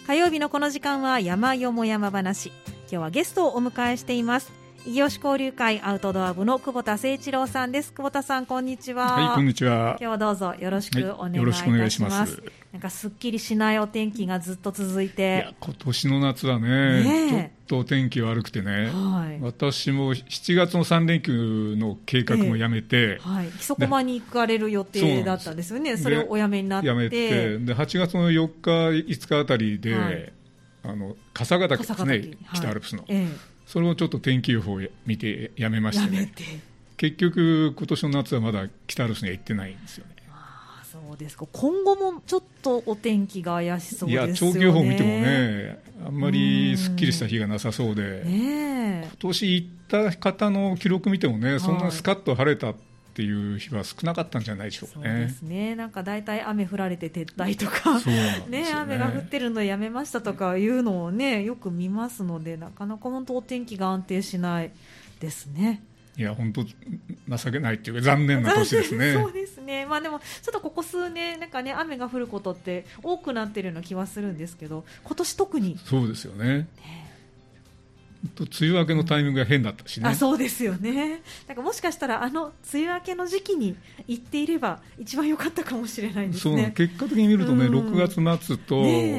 火曜日のこの時間は山よも山話。今日はゲストをお迎えしています。異業種交流会アウトドア部の久保田誠一郎さんです。久保田さん、こんにちは。 はい、こんにちは。 今日はどうぞよろしくお願いいたします。 よろしくお願いします。 なんかすっきりしないお天気がずっと続いて、 いや今年の夏はね、ちょっとお天気悪くてね、私も7月の3連休の計画もやめて、 木曽駒に行かれる予定だったんですよね。それをおやめになって、 やめて、で8月の4日5日あたりで、笠ヶ岳ですね、北アルプスの、それをちょっと天気予報を見てやめましてね、結局今年の夏はまだ北アルプスには行ってないんですよね。 そうですか。今後もちょっとお天気が怪しそうですよね。 いや長期予報見てもね、あんまりすっきりした日がなさそうで、今年行った方の記録見てもね、そんなスカッと晴れたっていう日は少なかったんじゃないでしょうかね。 そうですね。なんかだいたい雨降られて撤退とかね、雨が降ってるのやめましたとかいうのをね、よく見ますので、なかなか本当お天気が安定しないですね。 いや本当情けないっていうか残念な年ですね。 そうですね。まあでもちょっとここ数年なんかね、雨が降ることって多くなってるような気はするんですけど、今年特にそうですよね。梅雨明けのタイミングが変だったしね。 そうですよね。だからもしかしたら梅雨明けの時期に行っていれば一番良かったかもしれないですね。 そう、結果的に見るとね、6月末と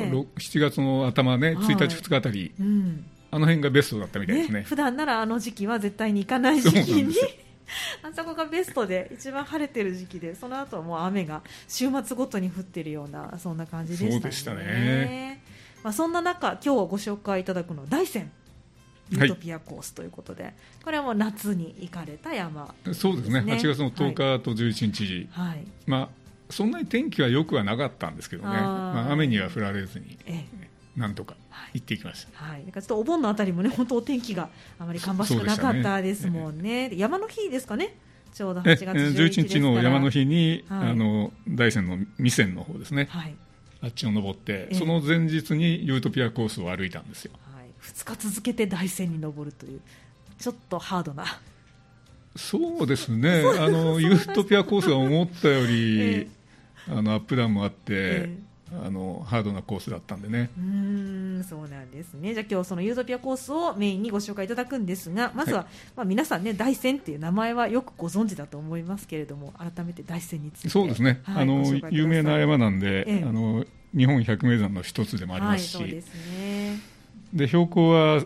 7月の頭ね、1日2日あたり、あの辺がベストだったみたいですね。 普段ならあの時期は絶対に行かない時期にあそこがベストで一番晴れてる時期で、その後はもう雨が週末ごとに降ってるような、そんな感じでしたね。 そうでしたね。 そんな中、今日ご紹介いただくのは大山ユートピアコースということで、これはもう夏に行かれた山ですね。 そうですね。8月の10日と11日、そんなに天気は良くはなかったんですけどね、雨には降られずに、なんとか行ってきました。 だからちょっとお盆のあたりもね、本当お天気があまり芳しくなかったですもんね。山の日ですかね、ちょうど8月11日の山の日に、大山の弥山の方ですね、あっちを登って、その前日にユートピアコースを歩いたんですよ。 2日続けて大山に登るというちょっとハードな。 そうですね。ユートピアコースが思ったより、アップダウンもあって、ハードなコースだったんでね。 そうなんですね。じゃあ今日そのユートピアコースをメインにご紹介いただくんですが、まずは、皆さんね、大山っていう名前はよくご存知だと思いますけれども、改めて大山について。 そうですね。有名な山なんで、日本百名山の一つでもありますし、 そうですね。 で標高は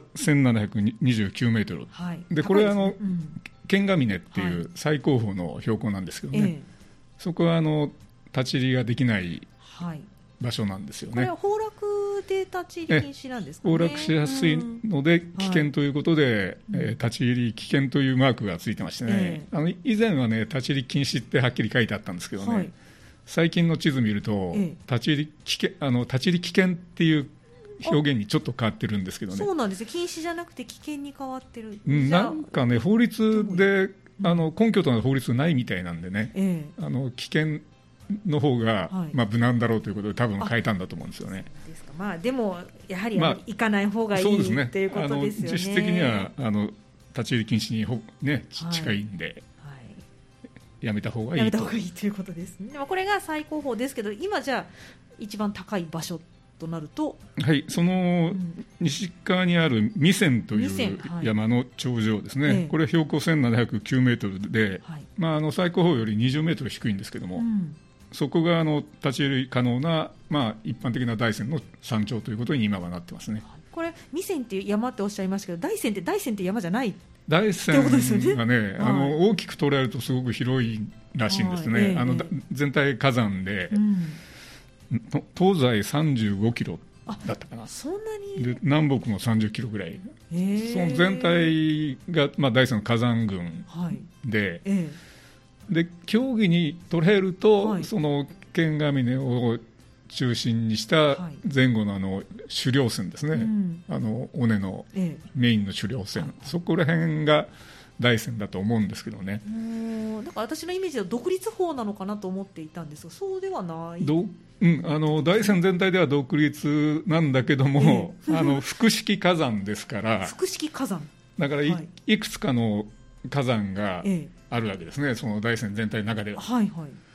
1729メートル、でこれは剣ヶ峰っていう最高峰の標高なんですけどね、そこは立ち入りができない場所なんですよね。 これは崩落で立ち入り禁止なんですかね。 崩落しやすいので危険ということで、立ち入り危険というマークがついてましてね、以前はね、立ち入り禁止ってはっきり書いてあったんですけどね、最近の地図見ると、立ち入り危険っていう表現にちょっと変わってるんですけどね。 そうなんですよ。禁止じゃなくて危険に変わってる。 なんかね、法律で根拠となる法律ないみたいなんでね、危険の方が、無難だろうということで多分変えたんだと思うんですよね。 ですか。でもやはり行かない方がいい、っていうことですよね。 実質的には立ち入り禁止に、近いんで、やめた方がいいと。 やめた方がいいということですね。でもこれが最高峰ですけど、今じゃあ一番高い場所となると、 その西側にある弥山という山の頂上ですね、これ標高1709メートルで、最高峰より20メートル低いんですけども、そこが立ち入り可能な、一般的な大山の山頂ということに今はなってますね。 これ弥山っていう山っておっしゃいましたけど、大山って山じゃない。 大山がね、大きく捉えるとすごく広いらしいんですね。全体火山で、東西35キロだったかな。 そんなにで南北も30キロぐらい、その全体が、大山の火山群で、で競技に捉えると、その剣ヶ峰を中心にした前後の主稜線ですね、尾根のメインの主稜線、そこら辺が大山だと思うんですけどね。 だから私のイメージでは独立峰なのかなと思っていたんですが、そうではない。 大山全体では独立なんだけども、複式火山ですから、 複式火山だから いくつかの火山があるわけですね、その大山全体の中では。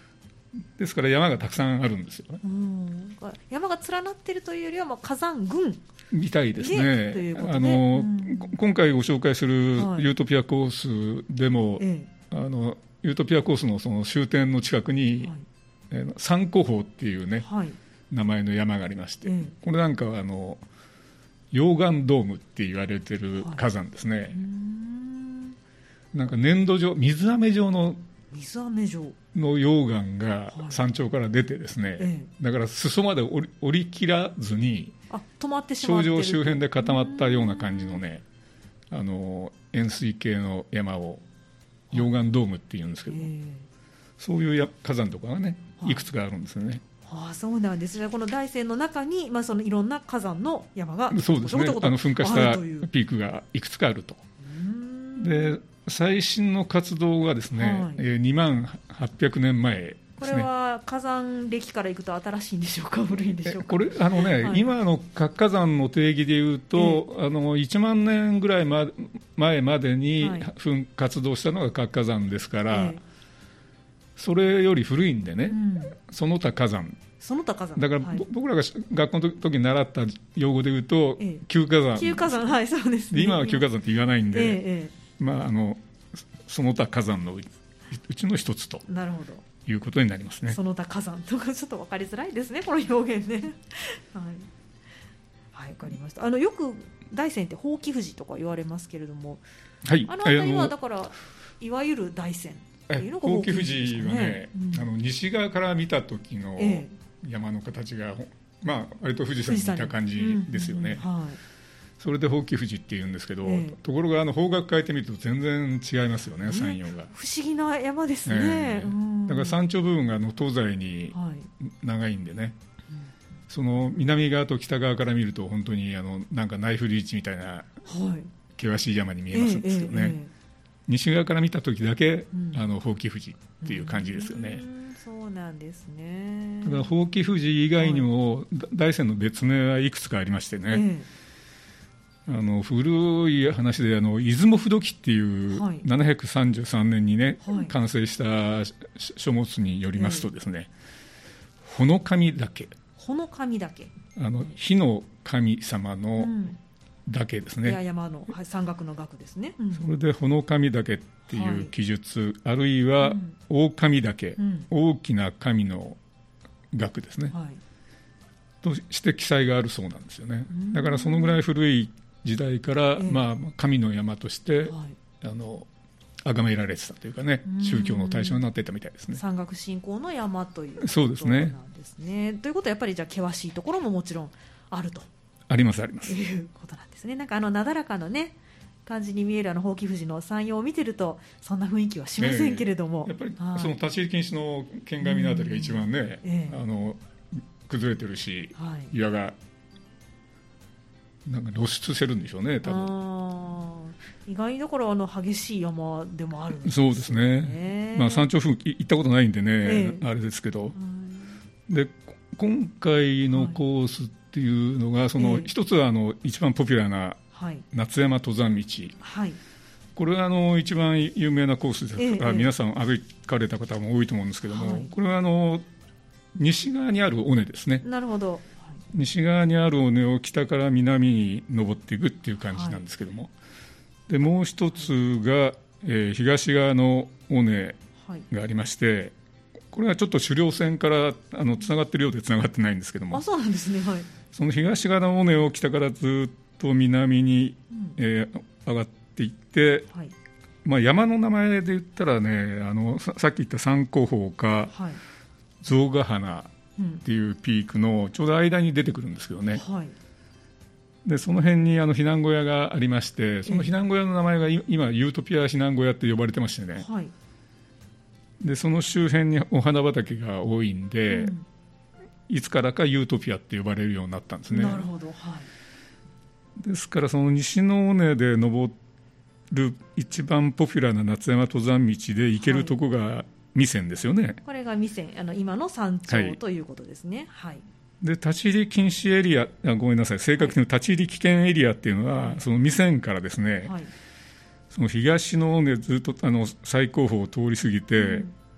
ですから山がたくさんあるんですよね。 山が連なっているというよりは、火山群みたいですね。今回ご紹介するユートピアコースでも、ユートピアコースのその終点の近くに、三湖峰っていうね、名前の山がありまして、これなんかは溶岩ドームって言われてる火山ですね。なんか粘土状、水飴状の溶岩が山頂から出てですね、だから裾まで降りきらずに止まってしまってる、 頂上周辺で固まったような感じのね、円錐形の山を溶岩ドームっていうんですけど、そういう火山とかがね、いくつかあるんですよね。 そうなんですね。この大山の中に、そのいろんな火山の山がそうですね、噴火したピークがいくつかあると。で最新の活動がですね、2万800年前ですね。 これは火山歴からいくと新しいんでしょうか、古いんでしょうか。 これ今の活火山の定義でいうと、1万年ぐらい前までに活動したのが活火山ですから、それより古いんでね、その他火山だから、僕らが学校の時に習った用語でいうと、旧火山、 そうですね。 今は旧火山って言わないんで、その他火山のうちの一つということになりますね。 その他火山とかちょっと分かりづらいですね、この表現ね。分かりました。よく大山ってほうき富士とか言われますけれども、あの辺りはだからいわゆる大山っていうのがほうき富士ですかね。 西側から見た時の山の形が、割と富士山に似た感じですよね。それでほうき富士っていうんですけど、ところが方角変えてみると全然違いますよね、山陽が。 不思議な山ですね。 だから山頂部分が東西に長いんでね、その南側と北側から見ると本当になんかナイフリーチみたいな険しい山に見えますんですけどね、西側から見た時だけほうき富士っていう感じですよね。 そうなんですね。 だからほうき富士以外にも大山の別名はいくつかありましてね、古い話で出雲不動記っていう733年にね、完成した書物によりますとですね、火の神岳、火の神様の岳ですね。 山の山岳の岳ですね。 それで火の神岳っていう記述、あるいは大神岳、大きな神の岳ですね、として記載があるそうなんですよね。だからそのぐらい古い時代から、神の山として崇められてたというかね、宗教の対象になっていたみたいですね。 山岳信仰の山ということなんですね。 そうですね。 ということはやっぱりじゃあ険しいところももちろんあると。 ありますあります。 ということなんですね。なんかなだらかなね感じに見えるほうき富士の山陽を見てるとそんな雰囲気はしませんけれども、 やっぱりその立ち入り禁止の剣神のあたりが一番ね、崩れてるし、岩がなんか露出してるんでしょうね、多分。 意外にだから激しい山でもあるんですね。 そうですね。山頂付近行ったことないんでね、あれですけど、で今回のコースっていうのが一つは一番ポピュラーな夏山登山道、これは一番有名なコースですから、皆さん歩かれた方も多いと思うんですけども、これは西側にある尾根ですね。 なるほど。 西側にある尾根を北から南に登っていくっていう感じなんですけども、でもう一つが、東側の尾根がありまして、これはちょっと主稜線からつながっているようでつながってないんですけども、 そうなんですね。 その東側の尾根を北からずっと南に、上がっていって、山の名前で言ったらね、さっき言った三湖峰か、象ヶ鼻っていうピークのちょうど間に出てくるんですけどね、でその辺に避難小屋がありまして、その避難小屋の名前が今ユートピア避難小屋って呼ばれてましてね、でその周辺にお花畑が多いんで、いつからかユートピアって呼ばれるようになったんですね。 なるほど。 ですからその西の尾根で登る一番ポピュラーな夏山登山道で行けるとこが弥山ですよね。 これが弥山、今の山頂ということですね。 で立ち入り禁止エリア、ごめんなさい、正確に立ち入り危険エリアっていうのは、その弥山からですね、その東の尾根ずっと最高峰を通り過ぎて、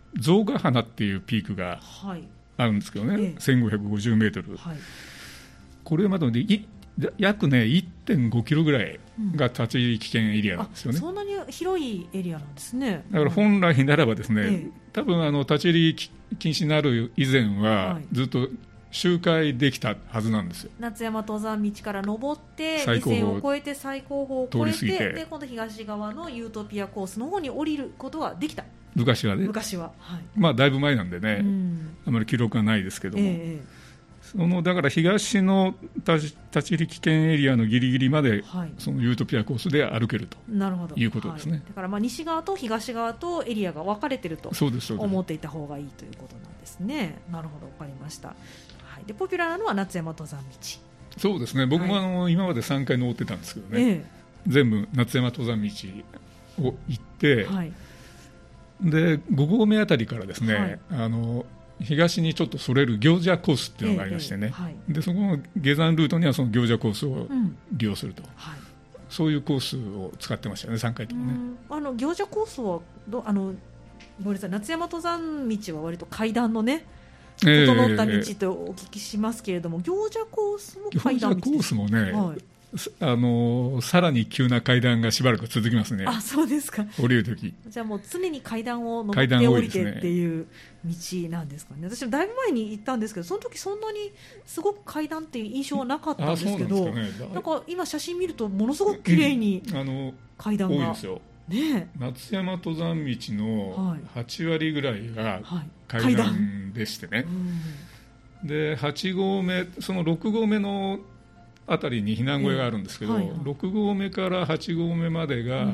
象ヶ鼻っていうピークがあるんですけどね、1550メートル、これまでで約ね 1.5 キロぐらいが立ち入り危険エリアなんですよね。 そんなに広いエリアなんですね。 だから本来ならばですね、多分立ち入り禁止になる以前はずっと周回できたはずなんですよ。 夏山登山道から登って目線を越えて最高峰を越えて、で今度東側のユートピアコースの方に降りることはできた。 昔はね、だいぶ前なんでね、あまり記録はないですけども、だから東の立ち入り危険エリアのギリギリまで、そのユートピアコースで歩けるということですね。 だから西側と東側とエリアが分かれていると思っていた方がいいということなんですね。なるほど、分かりました。でポピュラーなのは夏山登山道。 そうですね、僕も今まで3回登ってたんですけどね、全部夏山登山道を行って、で5合目あたりからですね、東にちょっとそれる行者コースっていうのがありましてね、でそこの下山ルートにはその行者コースを利用すると、そういうコースを使ってましたね、3回ともね。 行者コースはごめんなさい、夏山登山道は割と階段のね整った道とお聞きしますけれども、行者コースも階段道ですか？ 行者コースもね、さらに急な階段がしばらく続きますね。 そうですか。 降りるとき、 じゃあもう常に階段を登って降りてっていう道なんですかね。私もだいぶ前に行ったんですけど、その時そんなにすごく階段っていう印象はなかったんですけど、なんか今写真見るとものすごく綺麗に階段が多いですよ。夏山登山道の8割ぐらいが階段でしてね、で8合目、その6合目のあたりに避難小屋があるんですけど、6合目から8合目までが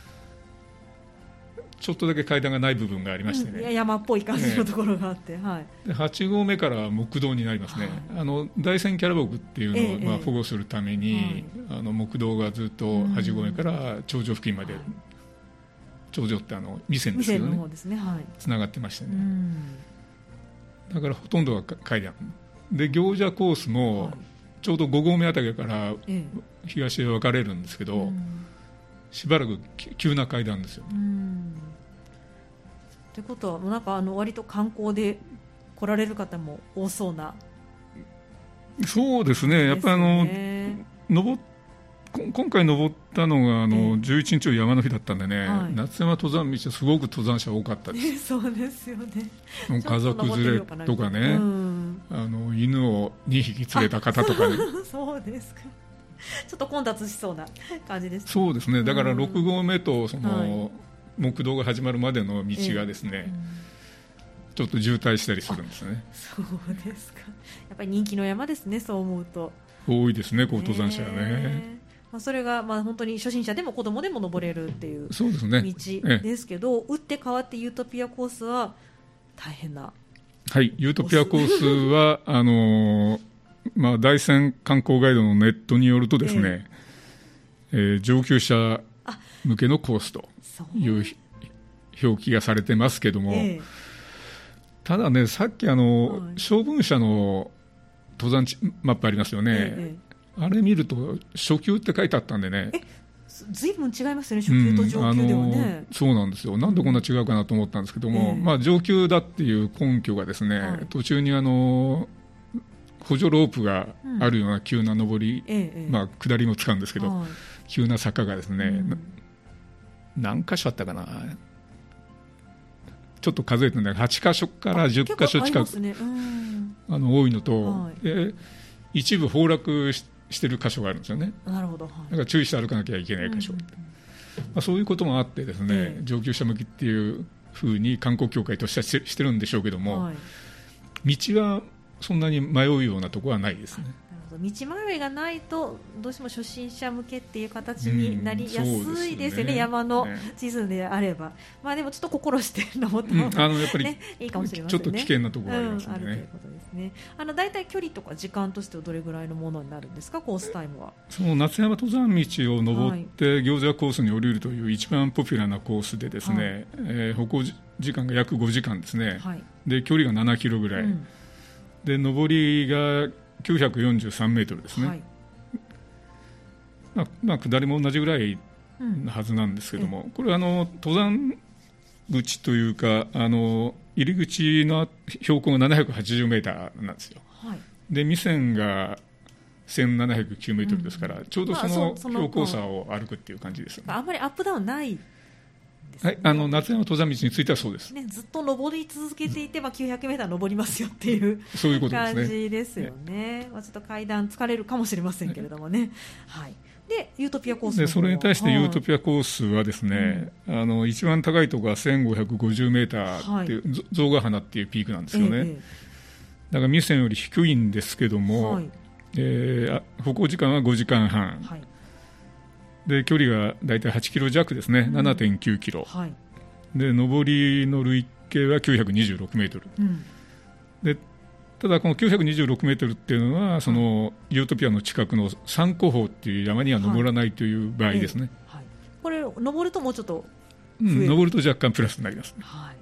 ちょっとだけ階段がない部分がありましてね、 山っぽい感じのところがあって、 で8合目から木道になりますね。大山キャラボクっていうのを保護するために、木道がずっと8合目から頂上付近まで、頂上って未線ですけどね、つながってましてね、だからほとんどが階段で、行者コースもちょうど5合目あたりから東へ分かれるんですけど、しばらく急な階段ですよ。 ということはなんか割と観光で来られる方も多そうな。 そうですね、やっぱり今回登ったのが11日の山の日だったんでね、夏山登山道はすごく登山者多かったです。 そうですよね。 家族連れとかね、犬を2匹連れた方とかねそうですか。ちょっと混雑しそうな感じです、ね。 そうですね。だから6合目とその木道が始まるまでの道がですね、ちょっと渋滞したりするんですね。 そうですか。やっぱり人気の山ですね。そう思うと多いですね、登山者はね。 それが本当に初心者でも子供でも登れるっていう道ですけど、打って変わってユートピアコースは大変な。 ユートピアコースは大山観光ガイドのネットによるとですね、上級者向けのコースという表記がされてますけども、ただね、さっき小文社の登山マップありますよね、あれ見ると初級って書いてあったんでね、 ずいぶん違いますよね、初級と上級ではね。 そうなんですよ。なんでこんな違うかなと思ったんですけども、上級だっていう根拠がですね、途中に補助ロープがあるような急な上り、下りも使うんですけど、急な坂がですね、何箇所あったかな、ちょっと数えてね、8箇所から10箇所近く多いのと、一部崩落してる箇所があるんですよね。 なるほど。 だから注意して歩かなきゃいけない箇所、そういうこともあってですね、上級者向きっていうふうに観光協会としてはしてるんでしょうけども、道はそんなに迷うようなところはないですね。 道迷いがないとどうしても初心者向けっていう形になりやすいですよね、山の地図であれば。でもちょっと心して登った方が、やっぱりいいかもしれませんね。 ちょっと危険なところがありますね。 あるということですね。だいたい距離とか時間としてはどれぐらいのものになるんですか、コースタイムは。 その夏山登山道を登って行者コースに降りるという一番ポピュラーなコースでですね、歩行時間が約5時間ですね、で距離が7キロぐらい、で上りが943メートルですね、下りも同じぐらいなはずなんですけども、これは登山口というか入り口の標高が780メーターなんですよ、はい、でミセンが1709メートルですから、ちょうどその標高差を歩くっていう感じです、ね、 あんまりアップダウンないはい、夏山登山道についてはそうです、 ね、ずっと登り続けていて、900メーター登りますよっていうそういうことですね、 感じですよね。ちょっと階段疲れるかもしれませんけれどもね、はい、でユートピアコースでそれに対してユートピアコースはですね、一番高いところが1550メーターっていう、象ヶ鼻っていうピークなんですよね、だからミセンより低いんですけども、歩行時間は5時間半、はい、で距離がだいたい8キロ弱ですね、7.9 キロ、はい、で上りの累計は926メートル、でただこの926メートルっていうのはそのユートピアの近くの三湖峰っていう山には登らないという場合ですね、 これ登るともうちょっと登ると若干プラスになります、ね、 はい、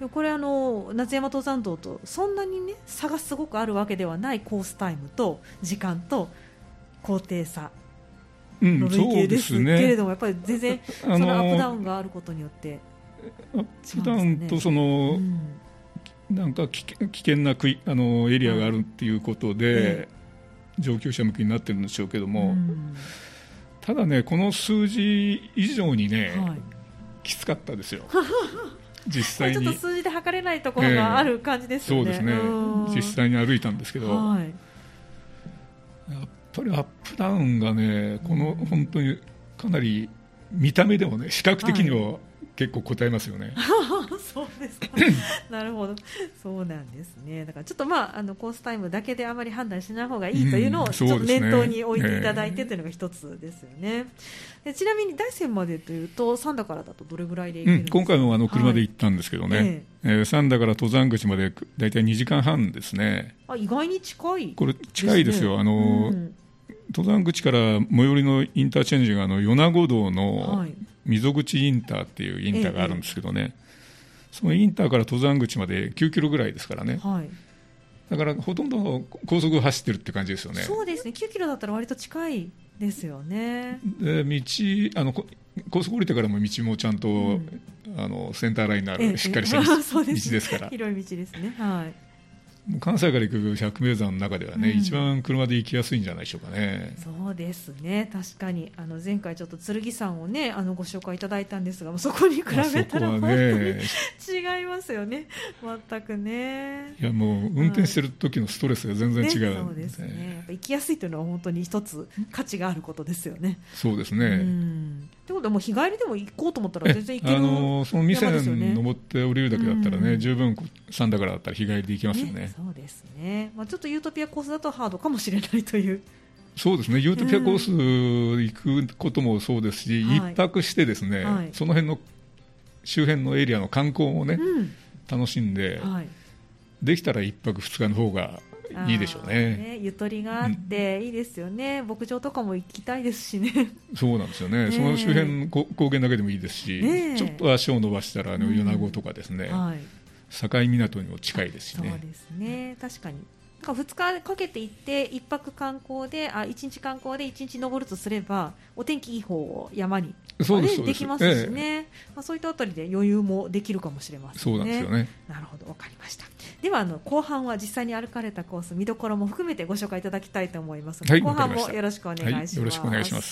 これ夏山登山道とそんなにね差がすごくあるわけではないコースタイムと時間と高低差の累計ですけれども、やっぱり全然そのアップダウンがあることによってアップダウンとその、なんか危険なエリアがあるっていうことで、上級者向きになってるんでしょうけども、ただねこの数字以上にね、きつかったですよ実際にちょっと数字で測れないところがある感じですよね、 そうですね、実際に歩いたんですけど、やっぱりアップダウンがね本当にかなり見た目でもね視覚的には結構答えますよね、 そうですかなるほど、そうなんですね。だからちょっとコースタイムだけであまり判断しない方がいいというのをちょっと念頭に置いていただいてというのが一つですよね、でちなみに大山までというと三田からだとどれぐらいで行けるんですか。 今回も車で行ったんですけどね、三田から登山口までだいたい2時間半ですね。 意外に近いですね。 これ近いですよ、登山口から最寄りのインターチェンジが米子道の溝口インターっていうインターがあるんですけどね、そのインターから登山口まで9キロぐらいですからね、だからほとんど高速走ってるって感じですよね。 そうですね、9キロだったら割と近いですよね。 で高速降りてからも道もちゃんと、センターラインのあるしっかりした道ですから、 広い道ですね、 関西から行く百名山の中ではね、一番車で行きやすいんじゃないでしょうかね。 そうですね、確かに前回ちょっと剣山をねご紹介いただいたんですが、そこに比べたら本当に違いますよね、全くね。 いやもう運転してる時のストレスが全然違う、 そうですね、やっぱ行きやすいというのは本当に一つ価値があることですよね。 そうですね、 ということでもう日帰りでも行こうと思ったら全然行けるその店に登って降りるだけだったらね、十分三田からだったら日帰りで行けますよね。 そうですね、ちょっとユートピアコースだとハードかもしれないという。 そうですね、ユートピアコース行くこともそうですし、一泊してですね、その辺の周辺のエリアの観光もね、楽しんで、できたら一泊二日の方がいいでしょうね。 ゆとりがあっていいですよね、牧場とかも行きたいですしね。 そうなんですよね、その周辺高原だけでもいいですし、ちょっと足を伸ばしたら米子とかですね、境港にも近いですしね。 そうですね、確かに2日かけて行って1泊観光で1日観光で1日登るとすれば、お天気いい方を山にできますしね、そういったあたりで余裕もできるかもしれませんね。 そうなんですよね。 なるほど、わかりました。では後半は実際に歩かれたコース見どころも含めてご紹介いただきたいと思いますので、後半もよろしくお願いします。 よろしくお願いします。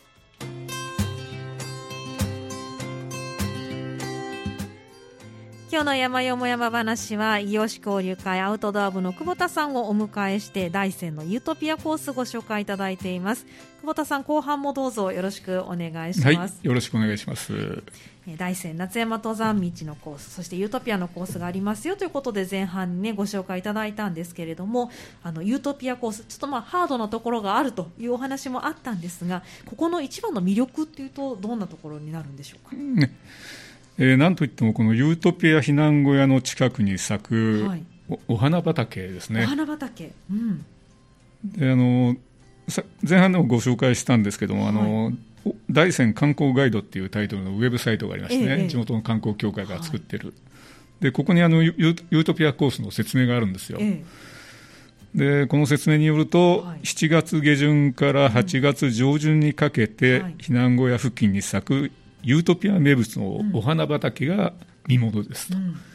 今日の山よも山話は異業種交流会アウトドア部の久保田さんをお迎えして大山のユートピアコースご紹介いただいています。久保田さん、後半もどうぞよろしくお願いします。 よろしくお願いします。 大山夏山登山道のコース、そしてユートピアのコースがありますよということで前半に、ご紹介いただいたんですけれども、ユートピアコースちょっとハードなところがあるというお話もあったんですが、ここの一番の魅力っていうとどんなところになるんでしょうか。 なんといってもこのユートピア避難小屋の近くに咲く お花畑ですね。 お花畑、 で前半でもご紹介したんですけども、大山観光ガイドっていうタイトルのウェブサイトがありましてね、地元の観光協会が作ってる、でここにユートピアコースの説明があるんですよ。でこの説明によると、7月下旬から8月上旬にかけて、避難小屋付近に咲くユートピア名物のお花畑が見ものですと、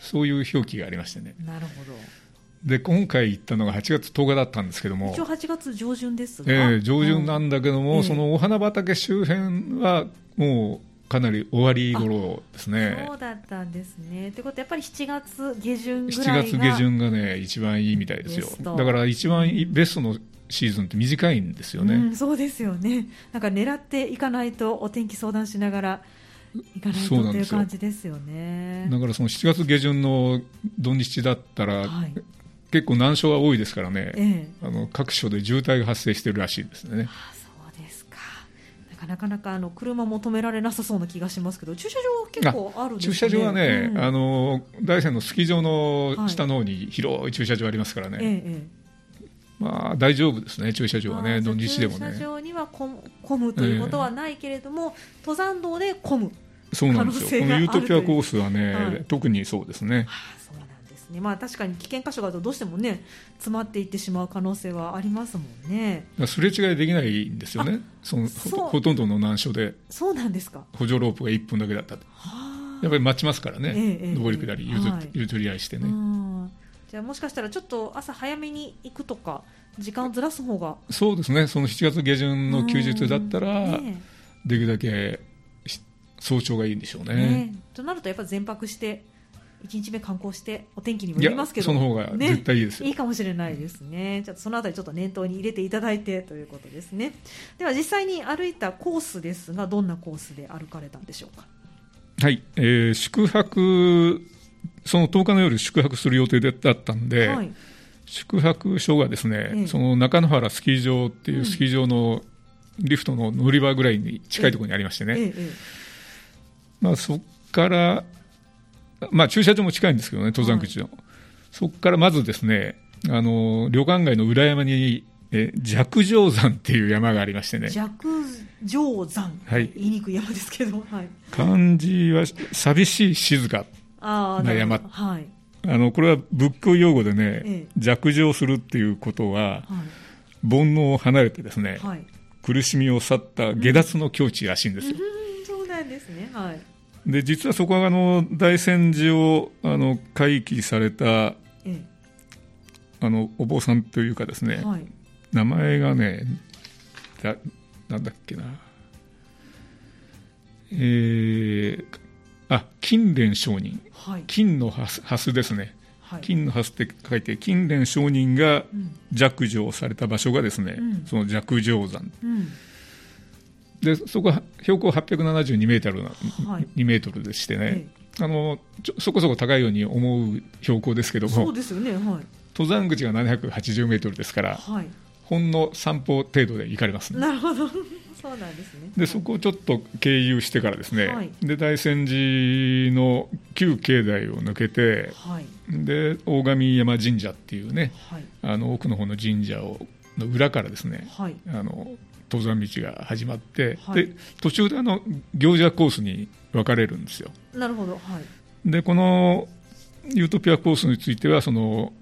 そういう表記がありましてね。 なるほど。 で今回行ったのが8月10日だったんですけども、 一応8月上旬ですが、 上旬なんだけども、そのお花畑周辺はもうかなり終わり頃ですね。 そうだったんですね。ということはやっぱり7月下旬ぐらいが 7月下旬がね一番いいみたいですよ。だから一番ベストのシーズンって短いんですよね。 そうですよね。なんか狙っていかないとお天気相談しながら行かないとっていう感じですよね。 だからその7月下旬の土日だったら、結構難所が多いですからね、各所で渋滞が発生しているらしいですね。 そうですか。なかなか車も止められなさそうな気がしますけど、駐車場は結構あるんですね。 駐車場はね、大山のスキー場の下の方に広い駐車場ありますからね、まあ、大丈夫ですね、駐車場はね、土日でもね。 駐車場には混むということはないけれども、登山道で混むそうなんですよ。このユートピアコースはね、特にそうですね。 そうなんですね。まあ、確かに危険箇所があるとどうしてもね詰まっていってしまう可能性はありますもんね。 すれ違いできないんですよね。ほとんどの難所で。 そうなんですか。 補助ロープが1分だけだったと。やっぱり待ちますからね、上り下り譲り合いしてね。 じゃあもしかしたらちょっと朝早めに行くとか時間をずらす方が。 そうですね。その7月下旬の休日だったら、できるだけ早朝がいいんでしょうね。 となるとやっぱり全泊して1日目観光してお天気にもよりますけど、 その方が絶対いいですよ、 いいかもしれないですね。ちょっとそのあたりちょっと念頭に入れていただいてということですね。では実際に歩いたコースですが、どんなコースで歩かれたんでしょうか。 はい、宿泊、その10日の夜宿泊する予定だったんで、宿泊所がですね、その中野原スキー場っていうスキー場のリフトの乗り場ぐらいに近いところにありましてね、まあ、そこから、まあ、駐車場も近いんですけどね、登山口の、そこからまずですね、旅館街の裏山に寂浄山っていう山がありましてね。 寂浄山、言いにくい山ですけど、 漢字は寂しい静かな山、これは仏教用語でね、寂浄するっていうことは、煩悩を離れてですね、苦しみを去った下脱の境地らしいんですよ。 そうなんですね。 で実はそこは大泉寺を開基された、お坊さんというかですね、名前がねなんだっけな、金蓮上人、金の蓮ですね、金の蓮って書いて金蓮上人が寂浄された場所がですね、その寂浄山、でそこは標高872メートルでしてね、そこそこ高いように思う標高ですけども、 そうですよね、 登山口が780メートルですから、ほんの散歩程度で行かれます、ね。 なるほどそうなんですね。 でそこをちょっと経由してからですね、で大泉寺の旧境内を抜けて、で大神山神社っていうね、奥の方の神社の裏からですね、登山道が始まって、で途中で行者コースに分かれるんですよ。 なるほど。 でこのユートピアコースについては、その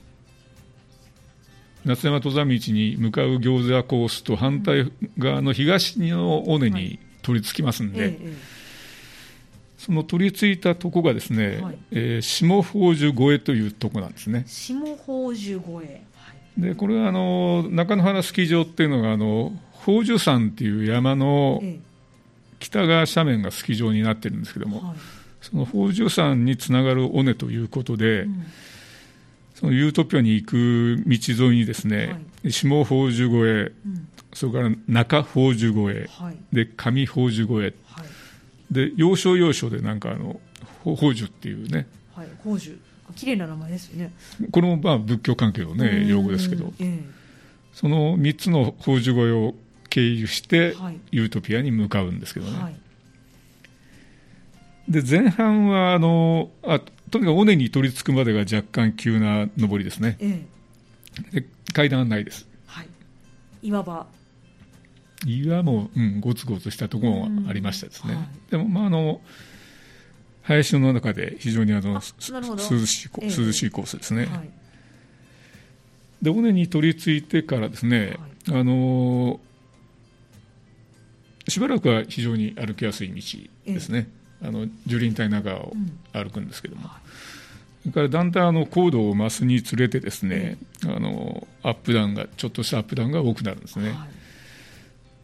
夏山登山道に向かう行者コースと反対側の東の尾根に取り付きますんで、その取り付いたとこがですね、下宝珠越えというとこなんですね。 下宝珠越え、 でこれは中野原スキー場っていうのが宝珠山っていう山の北側斜面がスキー場になってるんですけども、その宝珠山につながる尾根ということで、そのユートピアに行く道沿いにですね、下宝珠越え、それから中宝珠越え、で上宝珠越え、で要所要所でなんか宝珠っていうね、 宝珠、綺麗な名前ですよね。 これもまあ仏教関係のね用語ですけど、その3つの宝珠越えを経由してユートピアに向かうんですけどね、で前半はとにかく尾根に取り付くまでが若干急な上りですね、で階段はないです、 岩も、ゴツゴツしたところもありましたですね、でもまあ林の中で非常に涼しいコースですね、で尾根に取り付いてからですね、しばらくは非常に歩きやすい道ですね、樹林帯中を歩くんですけども、 それからだんだん高度を増すにつれてですね、アップダウンがちょっとしたアップダウンが多くなるんですね、はい、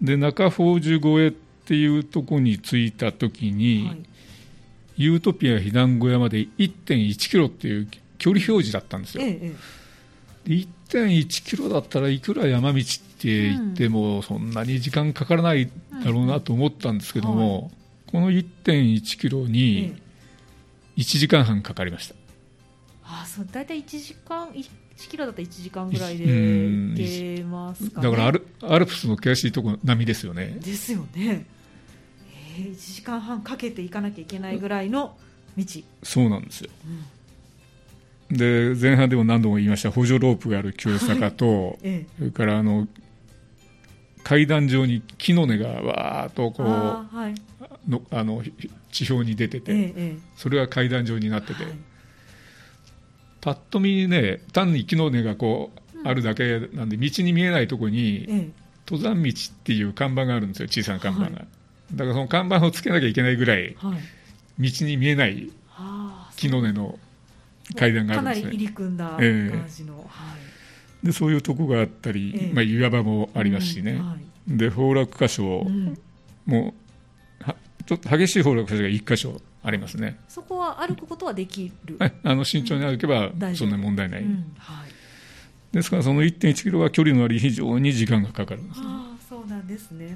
で中宝珠越えっていうところに着いたときに、はい、ユートピア避難小屋まで 1.1 キロっていう距離表示だったんですよ、1.1 キロだったらいくら山道って言ってもそんなに時間かからないだろうなと思ったんですけども、はい、この 1.1 キロに1時間半かかりました。 そうだいたい1時間1キロだったら1時間ぐらいで行けますかね。 だからアルプスの険しいところ並みですよね。 ですよね、1時間半かけて行かなきゃいけないぐらいの道。そうなんですよ、で前半でも何度も言いました補助ロープがある急坂と、それから階段上に木の根がわーっとこう、地表に出てて、それが階段状になってて、パッと見ね単に木の根がこうあるだけなんで道に見えないところに、登山道っていう看板があるんですよ、小さな看板が、だからその看板をつけなきゃいけないぐらい、道に見えない木の根の階段があるんですね。 かなり入り組んだ感じの、 でそういうとこがあったり、岩場もありますしね、で崩落箇所もちょっと激しい崩落箇所が1箇所ありますね。 そこは歩くことはできる、 慎重に歩けばそんな問題ない、ですからその 1.1 キロは距離のあり非常に時間がかかるんですね。 そうなんですね、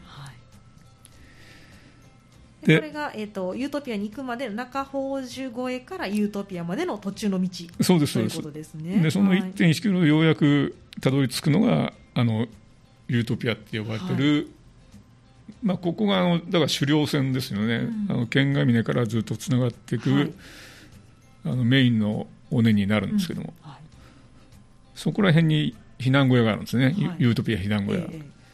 でこれが、ユートピアに行くまでの中宝珠越えからユートピアまでの途中の道。 そうです、そうです。 ということですね。 でその 1.1 キロでようやくたどり着くのがユートピアって呼ばれてる、ここがだから主稜線ですよね、剣ヶ峰からずっとつながっていく、メインの尾根になるんですけども、そこら辺に避難小屋があるんですね、ユートピア避難小屋、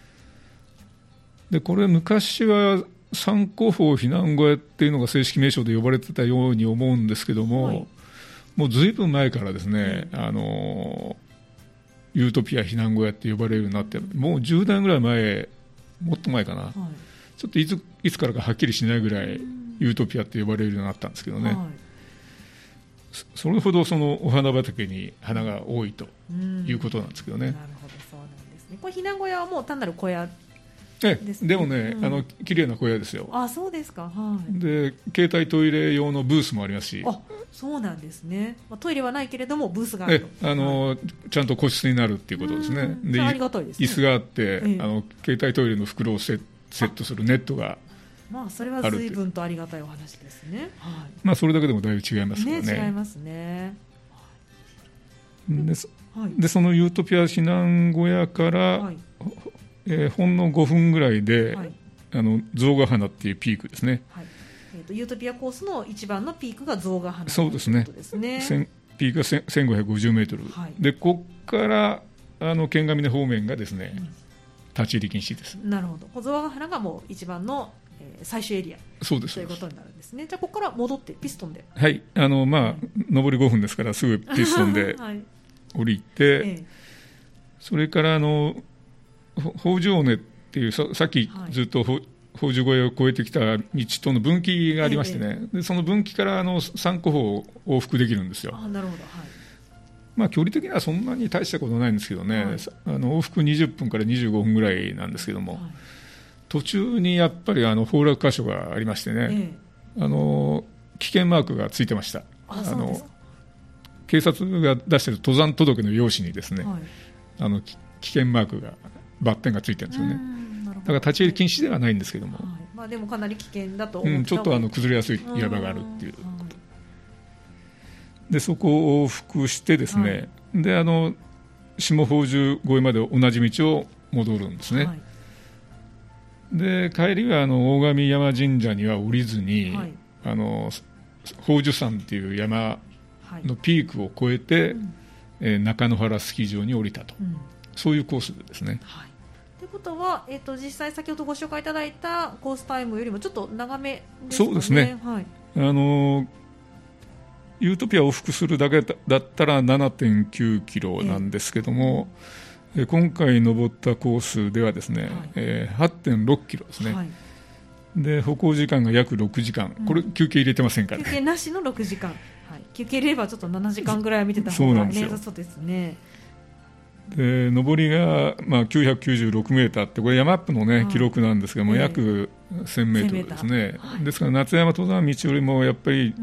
でこれ昔は三湖峰避難小屋っていうのが正式名称で呼ばれてたように思うんですけども、もうずいぶん前からですね、ユートピア避難小屋って呼ばれるようになって、もう10年ぐらい前、もっと前かな、ちょっといつからかはっきりしないぐらいユートピアって呼ばれるようになったんですけどね、それほどそのお花畑に花が多いということなんですけどね。 なるほど、そうなんですね。これ避難小屋はもう単なる小屋でもね、綺麗な小屋ですよ。 そうですか、 で携帯トイレ用のブースもありますし。 そうなんですね、トイレはないけれどもブースがあると、ちゃんと個室になるっていうことですね。でありがたいですね。 椅子があって、携帯トイレの袋をセットするネットがそれは随分とありがたいお話ですね。 それだけでもだいぶ違いますからね。 違いますね。 でそのユートピア避難小屋から、ほんの5分ぐらいで、象ヶ鼻っていうピークですね、 ユートピアコースの一番のピークが象ヶ鼻とそうですね、ピークが1550メートル、でここから剣ヶ峰方面がですね、立ち入り禁止です。 なるほど、象ヶ鼻がもう一番の、最終エリアそうですということになるんですね。じゃあここから戻ってピストンで、 上り5分ですからすぐピストンで降りて、それから宝珠尾根っていうさっきずっと宝珠越えを越えてきた道との分岐がありましてね、でその分岐から三湖峰を往復できるんですよ。 なるほど、 距離的にはそんなに大したことないんですけどね、往復20分から25分ぐらいなんですけども、途中にやっぱり崩落箇所がありましてね、危険マークがついてました。警察が出している登山届の用紙にですね、危険マークがバッテンがついてるんですよね。だから立ち入り禁止ではないんですけども、 でもかなり危険だと思ったちょっと崩れやすい岩場があるっていうことで、そこを往復してですね、で下宝珠越えまで同じ道を戻るんですね、で帰りは大神山神社には降りずに、宝珠山っていう山のピークを越えて、中野原スキー場に降りたと、そういうコースですね。 ということは、実際先ほどご紹介いただいたコースタイムよりもちょっと長めですかね。そうですね、 ユートピアを往復するだけだったら 7.9 キロなんですけども、今回登ったコースではですね、8.6 キロですね、 で歩行時間が約6時間、これ休憩入れてませんからね。 休憩なしの6時間、はい、休憩入れればちょっと7時間ぐらいは見てた方がね、そうですね。 で上りが、996メーターって、これ山アップの、ね、記録なんですが、もう約1000メートルですね、ですから夏山登山道よりもやっぱり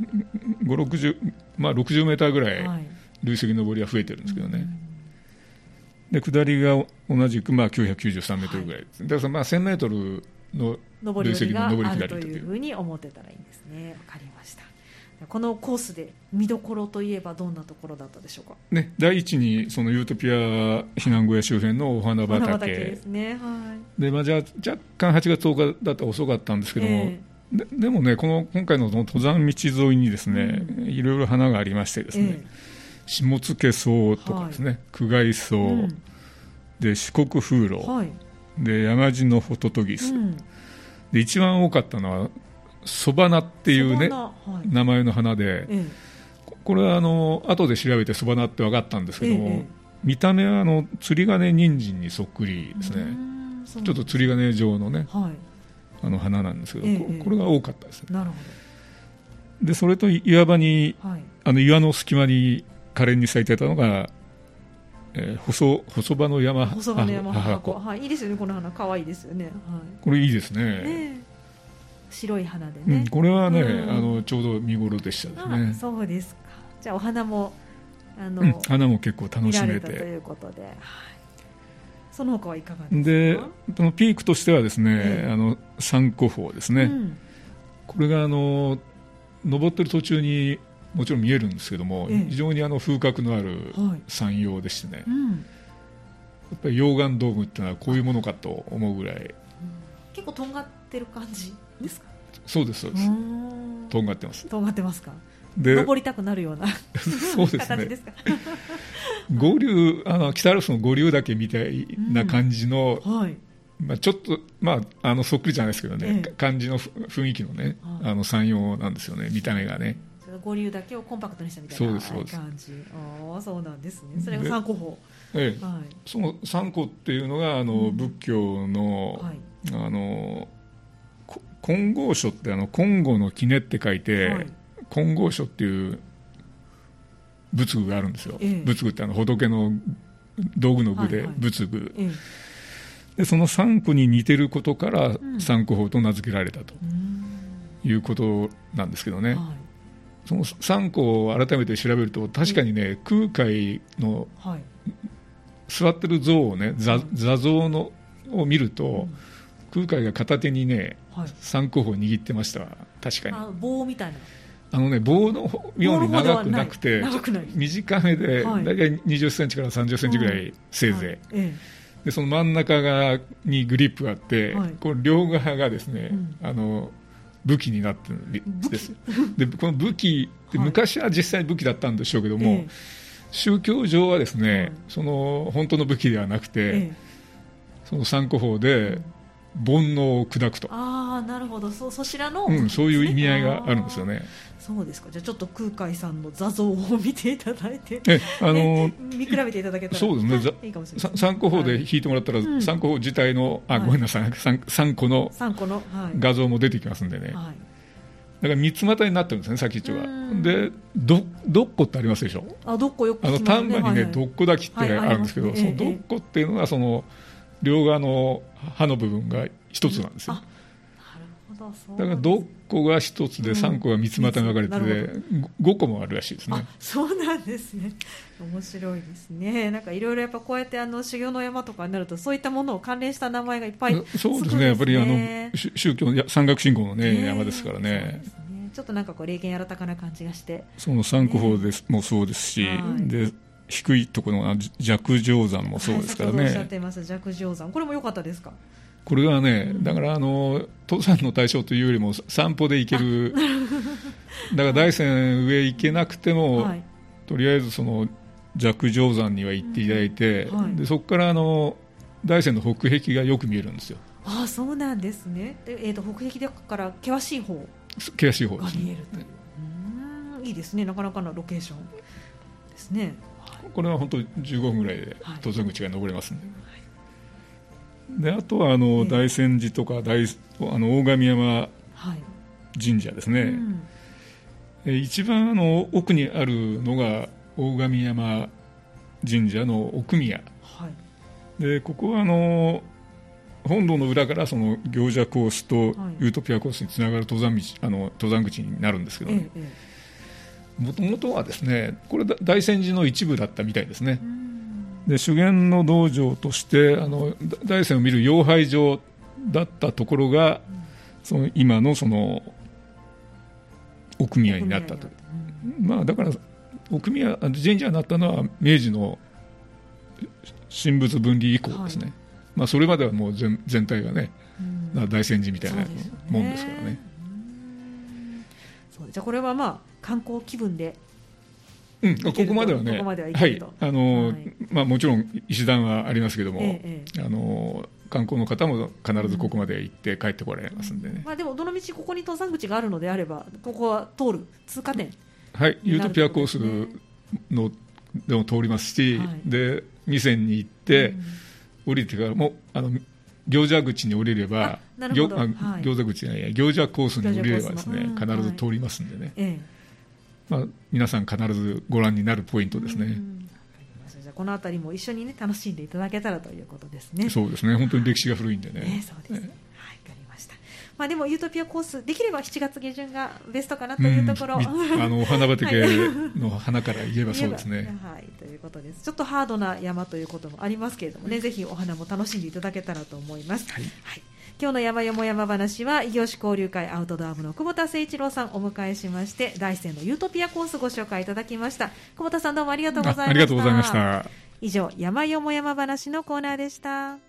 60メーターぐらい累積上りは増えてるんですけどね、で下りが同じく993メートルぐらいです、だから1000メートルの累積の上り下りというふうに思ってたらいいんですね。わかりました。このコースで見どころといえばどんなところだったでしょうか。 ね、第一にそのユートピア避難小屋周辺のお花畑ですね、はい、 でじゃあ若干8月10日だったら遅かったんですけども、でもね今回の登山道沿いにですね、いろいろ花がありましてですね、下野草とかですね、苦貝草、で四国風炉、で山地のホトトギス、で一番多かったのはソバナっていうね、名前の花で、これは後で調べてソバナって分かったんですけども、見た目は釣り鐘人参にそっくりですね。ちょっと釣り鐘状のね、花なんですけど、これが多かったですね。 なるほど。でそれと岩場に、岩の隙間に可憐に咲いてたのが、細葉の山母子、 いいですよね、この花可愛いですよね、 これいいですね。 白い花でね、 これはね、ちょうど見頃でしたね。 そうですか。じゃあお花も花も結構楽しめてということで、その他はいかがですか。 でそのピークとしてはですね、山湖峰ですね、これが登ってる途中にもちろん見えるんですけども、非常に風格のある山陽でしてね、やっぱり溶岩ドームってのはこういうものかと思うぐらい、 結構とんがってる感じですか。 そうですそうです、とんがってます。 とんがってますか。登りたくなるようなそうですね、 形ですか。 五竜北アルプスの五竜岳みたいな感じの、ちょっと、そっくりじゃないですけどね、感じの雰囲気のね、山陽なんですよね、見た目がね。 五竜岳をコンパクトにしたみたいな感じ。そうなんですね。それが山湖峰。 その山湖っていうのが仏教の、金剛書って金剛の杵って書いて、金剛書っていう仏具があるんですよ。仏具って仏の道具の具で仏具、でその山湖に似てることから山湖峰と名付けられたということなんですけどね、その山湖を改めて調べると確かにね、空海の座ってる像をね、座像のを見ると、空海が片手にね、山湖峰を握ってました。確かに棒みたいな棒のように長くなくて短めで、大体20センチから30センチぐらいせいぜい、でその真ん中にグリップがあって、この両側がですね、武器になってるんです。でこの武器って昔は実際武器だったんでしょうけども、宗教上はですね、その本当の武器ではなくて、その山湖峰で煩悩を砕くと。 なるほど、そちらの、 そういう意味合いがあるんですよね。 そうですか。じゃあちょっと空海さんの座像を見ていただいて、見比べていただけたらそうですね、いいかもしれないです。山湖峰で引いてもらったら、山湖峰自体のごめんなさい、山湖の画像も出てきますんでね、だから三つ股になってるんですね、先っちょが。でどっこってありますでしょ。 どっこよく聞きますね。 丹波にね、どっこ抱きってあるんですけど、そのどっこっていうのがその両側の刃の部分が一つなんですよ。だからどっこが一つで3個が三つ股に分かれてて、5個もあるらしいですね。 そうなんですね。面白いですね。なんかいろいろやっぱこうやって修行の山とかになると、そういったものを関連した名前がいっぱいつくんですね。 そうですね。やっぱり宗教の山岳信仰のね、山ですからね。 ちょっとなんかこう霊験やらたかな感じがして、 その山湖峰もそうですし、で低いところの寂浄山もそうですからね。 おっしゃっています寂浄山、これも良かったですか。 これはね、だから登山の対象というよりも散歩で行けるだから大山上行けなくても、とりあえずその寂浄山には行っていただいて、でそこから大山の北壁がよく見えるんですよ。 そうなんですね。で、北壁だから険しい方です、ね、 が見えるという、いいですね。なかなかのロケーションですね。 これは本当に15分ぐらいで登山口が登れますんで、 であとは大泉寺とか大神山神社ですね、一番奥にあるのが大神山神社の奥宮、でここは本堂の裏からその行者コースとユートピアコースにつながる登山口になるんですけどね、もともとはですね、これ大泉寺の一部だったみたいですね。で修験の道場として大山を見る妖拝場だったところが今のその奥宮になったと、だから奥宮神社になったのは明治の神仏分離以降ですね、それまではもう全体がね、大泉寺みたいなもんですからね。 じゃあこれは観光気分でここまではね、もちろん石段はありますけども、観光の方も必ずここまで行って帰ってこられますんでね、 でもどの道ここに登山口があるのであればここは通る通過点、 ユートピアコースのでも通りますし、で味に行って、降りてからも行者口に降りれば、行者口じゃないや、行者コースに降りればですね、必ず通りますんでね、皆さん必ずご覧になるポイントですね。 じゃあこのあたりも一緒に、楽しんでいただけたらということですね。 そうですね、本当に歴史が古いんでね。 そうですね、わかりました。でもユートピアコースできれば7月下旬がベストかなというところ、 お花畑の花から言えばそうですね。 ということです。ちょっとハードな山ということもありますけれどもね、ぜひお花も楽しんでいただけたらと思います。今日の山よも山話は異業種交流会アウトドア部の久保田誠一郎さんをお迎えしまして、大山のユートピアコースご紹介いただきました。久保田さんどうもありがとうございました。 ありがとうございました。 以上、山よも山話のコーナーでした。